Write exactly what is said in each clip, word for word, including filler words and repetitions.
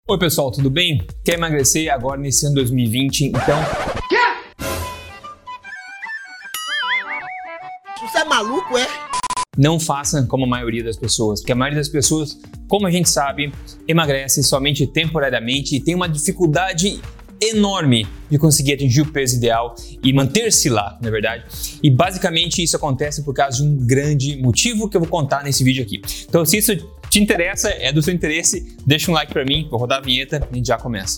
Oi pessoal, tudo bem? Quer emagrecer agora nesse ano dois mil e vinte? Então... Quê? Você é maluco, é? Não faça como a maioria das pessoas, porque a maioria das pessoas, como a gente sabe, emagrece somente temporariamente e tem uma dificuldade enorme de conseguir atingir o peso ideal e manter-se lá, na verdade. E basicamente isso acontece por causa de um grande motivo que eu vou contar nesse vídeo aqui. Então, se isso te interessa, é do seu interesse, deixa um like pra mim, vou rodar a vinheta e a gente já começa.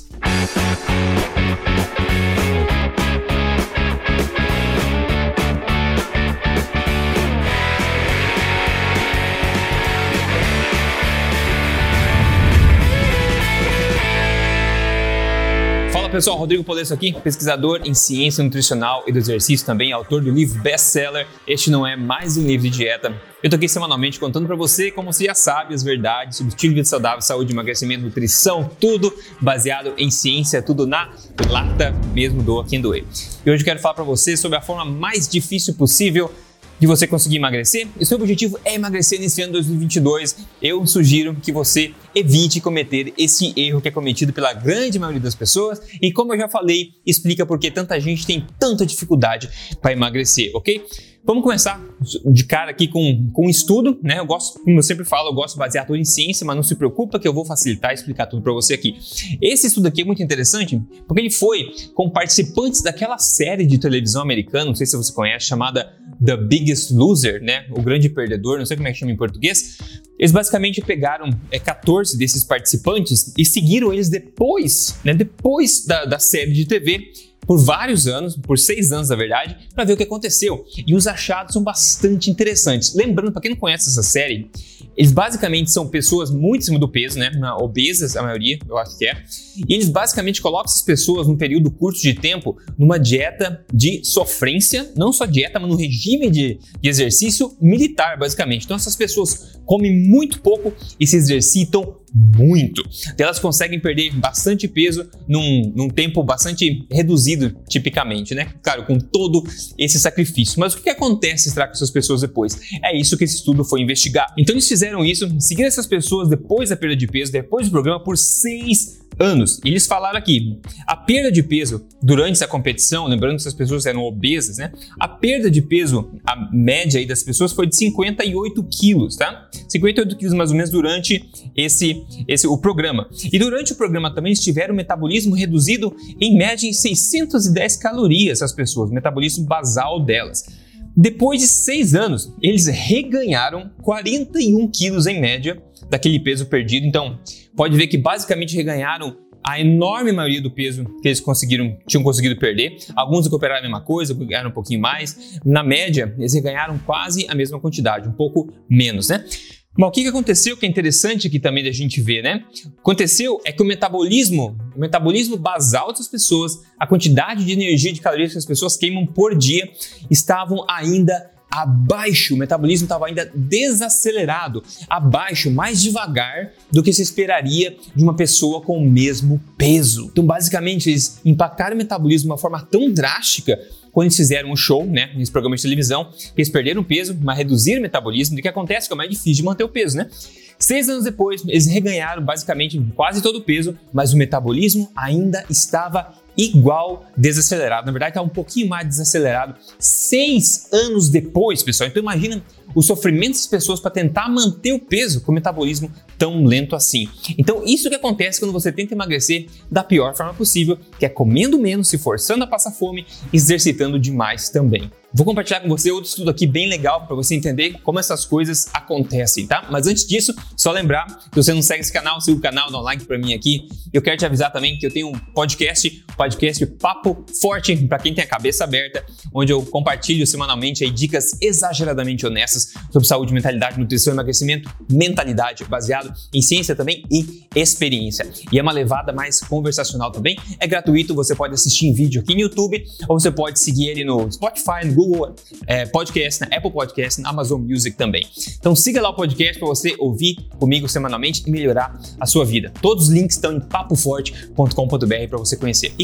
Fala pessoal, Rodrigo Polesso aqui, pesquisador em ciência nutricional e do exercício, também autor do livro best-seller Este Não É Mais Um Livro de Dieta. Eu tô aqui semanalmente contando pra você, como você já sabe, as verdades sobre estilo de vida saudável, saúde, emagrecimento, nutrição, tudo baseado em ciência, tudo na lata mesmo, doa quem doer. E hoje eu quero falar pra você sobre a forma mais difícil possível de você conseguir emagrecer. E seu objetivo é emagrecer nesse ano dois mil e vinte e dois. Eu sugiro que você evite cometer esse erro que é cometido pela grande maioria das pessoas e, como eu já falei, explica por que tanta gente tem tanta dificuldade para emagrecer, ok? Vamos começar de cara aqui com, com um estudo, né? Eu gosto, como eu sempre falo, eu gosto de basear tudo em ciência, mas não se preocupa que eu vou facilitar e explicar tudo para você aqui. Esse estudo aqui é muito interessante porque ele foi com participantes daquela série de televisão americana, não sei se você conhece, chamada The Biggest Loser, né? O Grande Perdedor, não sei como é que chama em português. Eles basicamente pegaram é, quatorze desses participantes e seguiram eles depois, né? Depois da, da série de T V, por vários anos, por seis anos na verdade, para ver o que aconteceu. E os achados são bastante interessantes. Lembrando, para quem não conhece essa série, eles basicamente são pessoas muito acima do peso, né? Obesas, a maioria, eu acho que é. E eles basicamente colocam essas pessoas num período curto de tempo numa dieta de sofrência, não só dieta, mas num regime de, de exercício militar, basicamente. Então essas pessoas comem muito pouco e se exercitam muito. Então, elas conseguem perder bastante peso num, num tempo bastante reduzido, tipicamente, né? Claro, com todo esse sacrifício. Mas o que acontece será com essas pessoas depois? É isso que esse estudo foi investigar. Então eles fizeram isso, seguiram essas pessoas depois da perda de peso, depois do programa, por seis anos. E eles falaram aqui, a perda de peso durante essa competição, lembrando que essas pessoas eram obesas, né? A perda de peso, a média aí das pessoas foi de cinquenta e oito quilos, tá? cinquenta e oito quilos mais ou menos durante esse, esse, o programa. E durante o programa também eles tiveram o metabolismo reduzido em média em seiscentas e dez calorias, as pessoas, o metabolismo basal delas. Depois de seis anos, eles reganharam quarenta e um quilos em média daquele peso perdido. Então, pode ver que basicamente reganharam a enorme maioria do peso que eles conseguiram, tinham conseguido perder. Alguns recuperaram a mesma coisa, ganharam um pouquinho mais. Na média, eles reganharam quase a mesma quantidade, um pouco menos, né? Mas o que aconteceu que é interessante aqui também da gente ver, né? O que aconteceu é que o metabolismo, o metabolismo basal das pessoas, a quantidade de energia e de calorias que as pessoas queimam por dia, estavam ainda abaixo, o metabolismo estava ainda desacelerado, abaixo, mais devagar do que se esperaria de uma pessoa com o mesmo peso. Então, basicamente, eles impactaram o metabolismo de uma forma tão drástica quando eles fizeram um show, né, nesse programa de televisão, que eles perderam peso, mas reduziram o metabolismo, e o que acontece é que é mais difícil de manter o peso, né? Seis anos depois, eles reganharam basicamente quase todo o peso, mas o metabolismo ainda estava igual desacelerado. Na verdade, está um pouquinho mais desacelerado seis anos depois, pessoal. Então, imagina o sofrimento das pessoas para tentar manter o peso com o metabolismo tão lento assim. Então, isso que acontece quando você tenta emagrecer da pior forma possível, que é comendo menos, se forçando a passar fome e exercitando demais também. Vou compartilhar com você outro estudo aqui bem legal para você entender como essas coisas acontecem, tá? Mas antes disso, só lembrar, se você não segue esse canal, siga o canal, dá um like para mim aqui. Eu quero te avisar também que eu tenho um podcast, podcast Papo Forte, para quem tem a cabeça aberta, onde eu compartilho semanalmente aí dicas exageradamente honestas sobre saúde, mentalidade, nutrição, emagrecimento, mentalidade, baseado em ciência também e experiência. E é uma levada mais conversacional também. É gratuito, você pode assistir em vídeo aqui no YouTube, ou você pode seguir ele no Spotify, no Google Google é, Podcast, na Apple Podcast, na Amazon Music também. Então siga lá o podcast para você ouvir comigo semanalmente e melhorar a sua vida. Todos os links estão em papo forte ponto com ponto b r para você conhecer. E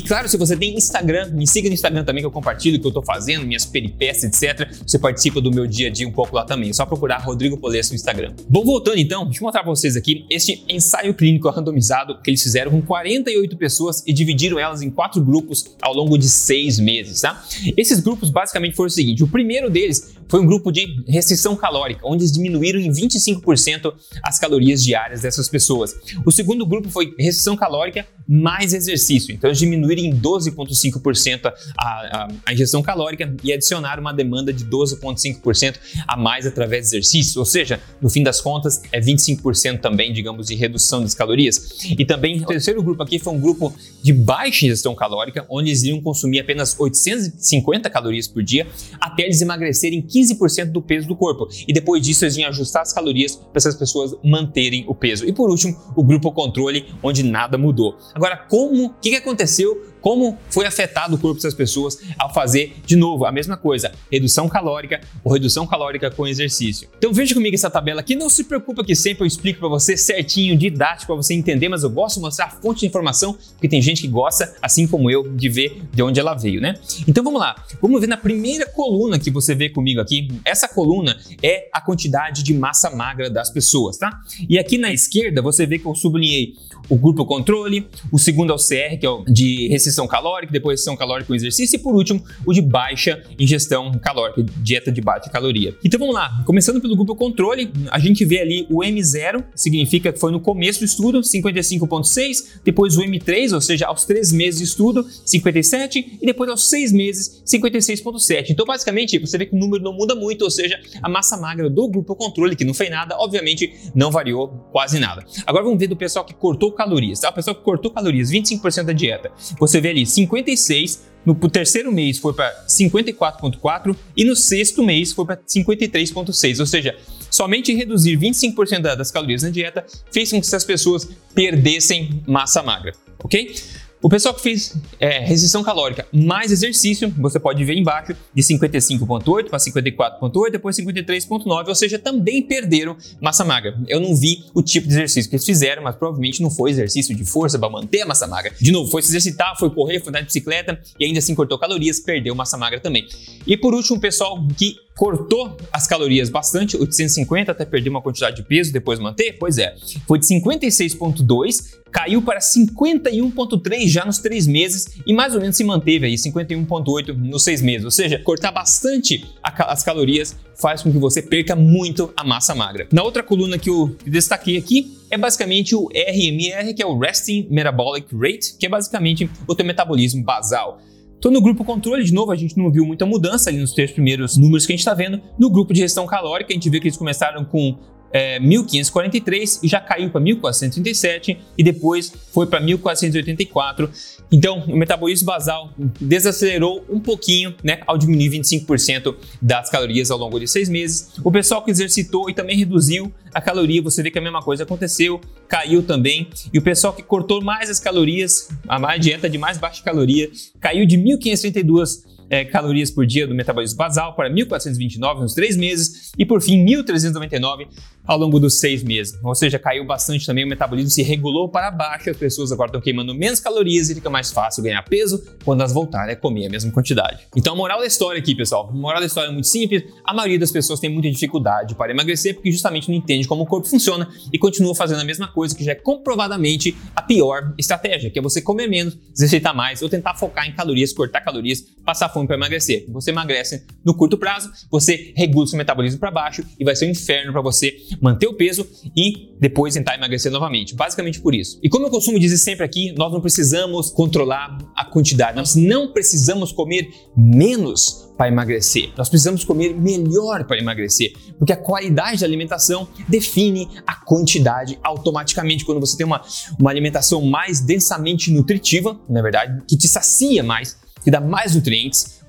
E claro, se você tem Instagram, me siga no Instagram também, que eu compartilho o que eu tô fazendo, minhas peripécias, etcétera. Você participa do meu dia a dia um pouco lá também. É só procurar Rodrigo Polesso no Instagram. Bom, voltando então, deixa eu mostrar pra vocês aqui este ensaio clínico randomizado que eles fizeram com quarenta e oito pessoas e dividiram elas em quatro grupos ao longo de seis meses, tá? Esses grupos basicamente foram o seguinte: o primeiro deles foi um grupo de restrição calórica, onde eles diminuíram em vinte e cinco por cento as calorias diárias dessas pessoas. O segundo grupo foi restrição calórica mais exercício, então eles diminuíram em doze vírgula cinco por cento a, a, a ingestão calórica e adicionaram uma demanda de doze vírgula cinco por cento a mais através de exercício, ou seja, no fim das contas é vinte e cinco por cento também, digamos, de redução das calorias. E também o terceiro grupo aqui foi um grupo de baixa ingestão calórica, onde eles iriam consumir apenas oitocentas e cinquenta calorias por dia até eles emagrecerem quinze por cento do peso do corpo. E depois disso eles iam ajustar as calorias para essas pessoas manterem o peso. E por último, o grupo controle, onde nada mudou. Agora, como, o que, que aconteceu? Como foi afetado o corpo dessas pessoas ao fazer, de novo, a mesma coisa, redução calórica ou redução calórica com exercício? Então veja comigo essa tabela aqui, não se preocupa que sempre eu explico para você certinho, didático, para você entender, mas eu gosto de mostrar a fonte de informação, porque tem gente que gosta, assim como eu, de ver de onde ela veio, né? Então vamos lá, vamos ver na primeira coluna que você vê comigo aqui. Essa coluna é a quantidade de massa magra das pessoas, tá? E aqui na esquerda você vê que eu sublinhei o grupo controle, o segundo é o C R, que é o de restrição calórica, depois restrição calórica com exercício e por último o de baixa ingestão calórica, dieta de baixa caloria. Então vamos lá, começando pelo grupo controle, a gente vê ali o M zero, significa que foi no começo do estudo, cinquenta e cinco vírgula seis, depois o M três, ou seja, aos três meses de estudo, cinquenta e sete, e depois aos seis meses, cinquenta e seis vírgula sete. Então basicamente você vê que o número não muda muito, ou seja, a massa magra do grupo controle, que não fez nada, obviamente não variou quase nada. Agora vamos ver do pessoal que cortou calorias, tá? O pessoal que cortou calorias, vinte e cinco por cento da dieta. Você vê ali cinquenta e seis, no terceiro mês foi para cinquenta e quatro vírgula quatro e no sexto mês foi para cinquenta e três vírgula seis, ou seja, somente reduzir vinte e cinco por cento das calorias na dieta fez com que essas pessoas perdessem massa magra, ok? O pessoal que fez é, restrição calórica mais exercício, você pode ver embaixo, de cinquenta e cinco vírgula oito para cinquenta e quatro vírgula oito, depois cinquenta e três vírgula nove, ou seja, também perderam massa magra. Eu não vi o tipo de exercício que eles fizeram, mas provavelmente não foi exercício de força para manter a massa magra. De novo, foi se exercitar, foi correr, foi andar de bicicleta e ainda assim cortou calorias, perdeu massa magra também. E por último, o pessoal que cortou as calorias bastante, oitocentos e cinquenta, até perder uma quantidade de peso, depois manter, pois é, foi de cinquenta e seis vírgula dois, caiu para cinquenta e um vírgula três já nos três meses e mais ou menos se manteve aí, cinquenta e um vírgula oito nos seis meses. Ou seja, cortar bastante a, as calorias faz com que você perca muito a massa magra. Na outra coluna que eu destaquei aqui é basicamente o R M R, que é o Resting Metabolic Rate, que é basicamente o teu metabolismo basal. Então, no grupo controle, de novo, a gente não viu muita mudança ali nos três primeiros números que a gente está vendo. No grupo de gestão calórica, a gente vê que eles começaram com é, mil quinhentos e quarenta e três e já caiu para mil quatrocentos e trinta e sete e depois foi para mil quatrocentos e oitenta e quatro. Então, o metabolismo basal desacelerou um pouquinho, né, ao diminuir vinte e cinco por cento das calorias ao longo de seis meses. O pessoal que exercitou e também reduziu a caloria, você vê que a mesma coisa aconteceu, caiu também. E o pessoal que cortou mais as calorias, a dieta de mais baixa caloria, caiu de mil quinhentos e trinta e duas É, calorias por dia do metabolismo basal para mil quatrocentos e vinte e nove nos três meses e por fim mil trezentos e noventa e nove ao longo dos seis meses. Ou seja, caiu bastante também, o metabolismo se regulou para baixo, as pessoas agora estão queimando menos calorias e fica mais fácil ganhar peso quando elas voltarem a comer a mesma quantidade. Então a moral da história aqui, pessoal, a moral da história é muito simples, a maioria das pessoas tem muita dificuldade para emagrecer porque justamente não entende como o corpo funciona e continua fazendo a mesma coisa que já é comprovadamente a pior estratégia, que é você comer menos, exercitar mais ou tentar focar em calorias, cortar calorias, passar fome para emagrecer. Você emagrece no curto prazo, você regula o seu metabolismo para baixo e vai ser um inferno para você manter o peso e depois tentar emagrecer novamente. Basicamente por isso. E como eu costumo dizer sempre aqui, nós não precisamos controlar a quantidade, nós não precisamos comer menos para emagrecer. Nós precisamos comer melhor para emagrecer, porque a qualidade da alimentação define a quantidade automaticamente. Quando você tem uma, uma alimentação mais densamente nutritiva, na verdade, que te sacia mais, que dá mais nutrientes,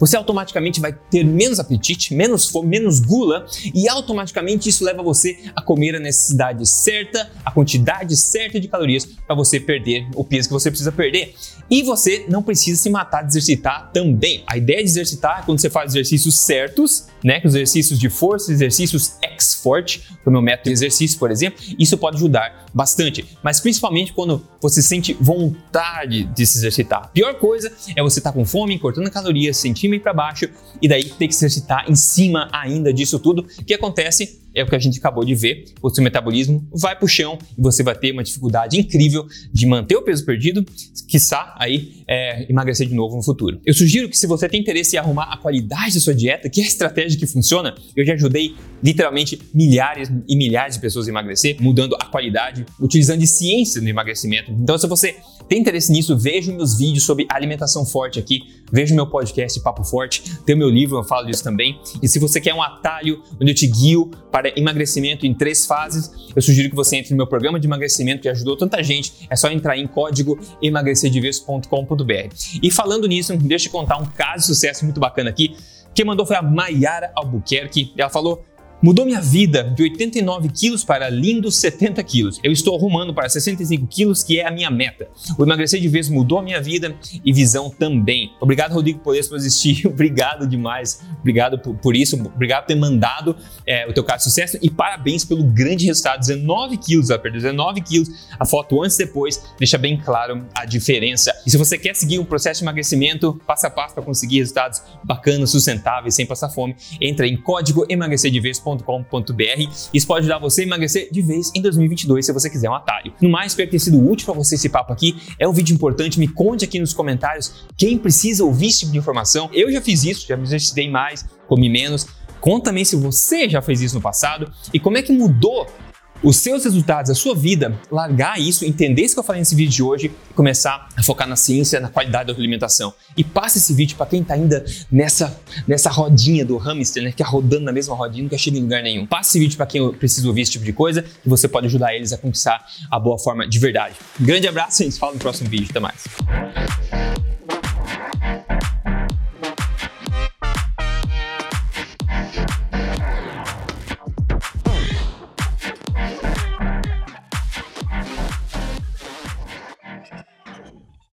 você automaticamente vai ter menos apetite, menos fome, menos gula e automaticamente isso leva você a comer a necessidade certa, a quantidade certa de calorias para você perder o peso que você precisa perder. E você não precisa se matar de exercitar também. A ideia de exercitar é quando você faz exercícios certos, né? Que os exercícios de força, exercícios X-Forte, que é o meu método de exercício, por exemplo, isso pode ajudar bastante. Mas principalmente quando você sente vontade de se exercitar. A pior coisa é você estar com fome, cortando calorias, sentindo ir para baixo e daí ter que se exercitar em cima ainda disso tudo. O que acontece é o que a gente acabou de ver, o seu metabolismo vai pro chão e você vai ter uma dificuldade incrível de manter o peso perdido, quiçá aí é, emagrecer de novo no futuro. Eu sugiro que se você tem interesse em arrumar a qualidade da sua dieta, que é a estratégia que funciona, eu já ajudei literalmente milhares e milhares de pessoas a emagrecer, mudando a qualidade, utilizando de ciência no emagrecimento. Então se você tem interesse nisso, veja meus vídeos sobre alimentação forte aqui, veja meu podcast Papo Forte, tem o meu livro, eu falo disso também. E se você quer um atalho onde eu te guio para emagrecimento em três fases, eu sugiro que você entre no meu programa de emagrecimento que ajudou tanta gente. É só entrar em código emagrecer de vez ponto com ponto b r. E falando nisso, deixa eu te contar um caso de sucesso muito bacana aqui. Quem mandou foi a Mayara Albuquerque. Ela falou: mudou minha vida de oitenta e nove quilos para lindos setenta quilos. Eu estou arrumando para sessenta e cinco quilos, que é a minha meta. O emagrecer de vez mudou a minha vida e visão também. Obrigado, Rodrigo Polesso, por assistir. Obrigado demais. Obrigado por, por isso. Obrigado por ter mandado é, o teu caso de sucesso e parabéns pelo grande resultado. dezenove quilos, ela perdeu dezenove quilos. A foto antes e depois deixa bem claro a diferença. E se você quer seguir um processo de emagrecimento passo a passo para conseguir resultados bacanas, sustentáveis, sem passar fome, entra em código emagrecer de vez ponto com ponto b r. Isso pode ajudar você a emagrecer de vez em dois mil e vinte e dois, se você quiser um atalho. No mais, espero ter sido útil para você esse papo aqui. É um vídeo importante, me conte aqui nos comentários quem precisa ouvir esse tipo de informação. Eu já fiz isso, já me exercitei mais, comi menos. Conta também se você já fez isso no passado e como é que mudou os seus resultados, a sua vida, largar isso, entender isso que eu falei nesse vídeo de hoje e começar a focar na ciência, na qualidade da alimentação. E passa esse vídeo para quem está ainda nessa, nessa rodinha do hamster, né, que é rodando na mesma rodinha, nunca chega em lugar nenhum. Passa esse vídeo para quem precisa ouvir esse tipo de coisa e você pode ajudar eles a conquistar a boa forma de verdade. Um grande abraço e a gente se fala no próximo vídeo. Até mais.